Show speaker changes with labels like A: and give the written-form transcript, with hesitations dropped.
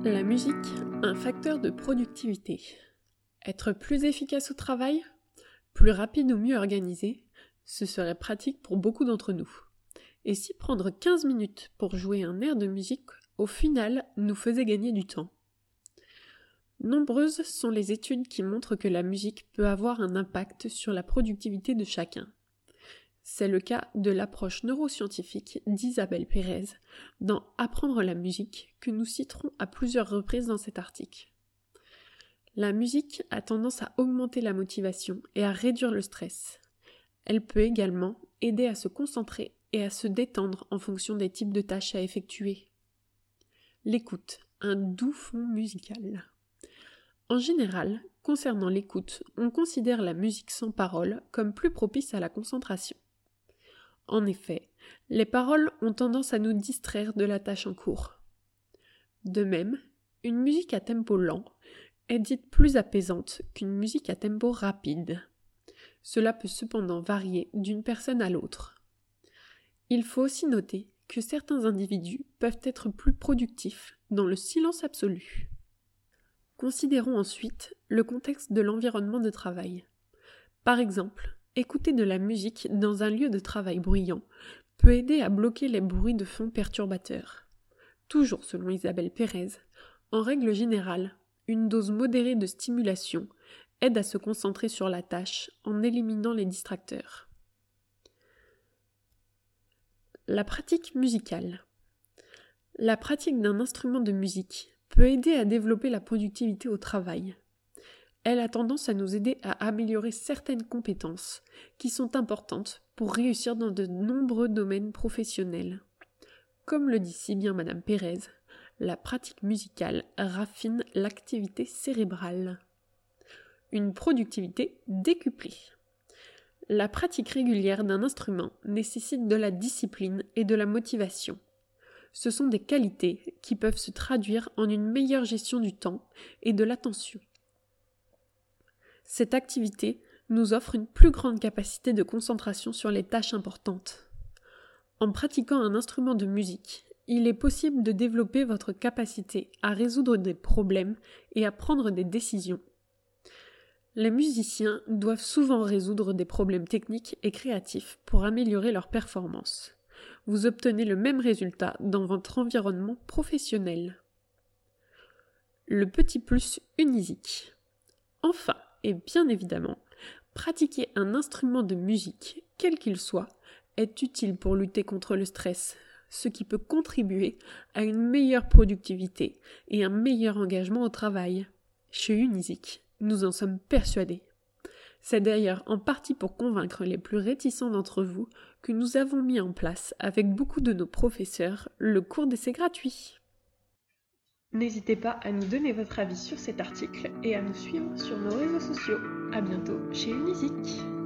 A: La musique, un facteur de productivité. Être plus efficace au travail, plus rapide ou mieux organisé, ce serait pratique pour beaucoup d'entre nous. Et si prendre 15 minutes pour jouer un air de musique, au final, nous faisait gagner du temps? Nombreuses sont les études qui montrent que la musique peut avoir un impact sur la productivité de chacun. C'est le cas de l'approche neuroscientifique d'Isabelle Pérez dans Apprendre la musique que nous citerons à plusieurs reprises dans cet article. La musique a tendance à augmenter la motivation et à réduire le stress. Elle peut également aider à se concentrer et à se détendre en fonction des types de tâches à effectuer. L'écoute, un doux fond musical. En général, concernant l'écoute, on considère la musique sans paroles comme plus propice à la concentration. En effet, les paroles ont tendance à nous distraire de la tâche en cours. De même, une musique à tempo lent est dite plus apaisante qu'une musique à tempo rapide. Cela peut cependant varier d'une personne à l'autre. Il faut aussi noter que certains individus peuvent être plus productifs dans le silence absolu. Considérons ensuite le contexte de l'environnement de travail. Par exemple, écouter de la musique dans un lieu de travail bruyant peut aider à bloquer les bruits de fond perturbateurs. Toujours selon Isabelle Pérez, en règle générale, une dose modérée de stimulation aide à se concentrer sur la tâche en éliminant les distracteurs. La pratique musicale. La pratique d'un instrument de musique peut aider à développer la productivité au travail. Elle a tendance à nous aider à améliorer certaines compétences qui sont importantes pour réussir dans de nombreux domaines professionnels. Comme le dit si bien Madame Pérez, la pratique musicale raffine l'activité cérébrale. Une productivité décuplée. La pratique régulière d'un instrument nécessite de la discipline et de la motivation. Ce sont des qualités qui peuvent se traduire en une meilleure gestion du temps et de l'attention. Cette activité nous offre une plus grande capacité de concentration sur les tâches importantes. En pratiquant un instrument de musique, il est possible de développer votre capacité à résoudre des problèmes et à prendre des décisions. Les musiciens doivent souvent résoudre des problèmes techniques et créatifs pour améliorer leur performance. Vous obtenez le même résultat dans votre environnement professionnel. Le petit plus unisique. Enfin, et bien évidemment, pratiquer un instrument de musique, quel qu'il soit, est utile pour lutter contre le stress, ce qui peut contribuer à une meilleure productivité et un meilleur engagement au travail. Chez Unisic, nous en sommes persuadés. C'est d'ailleurs en partie pour convaincre les plus réticents d'entre vous que nous avons mis en place, avec beaucoup de nos professeurs, le cours d'essai gratuit. N'hésitez pas à nous donner votre avis sur cet article et à nous suivre sur nos réseaux sociaux. À bientôt chez Unisic.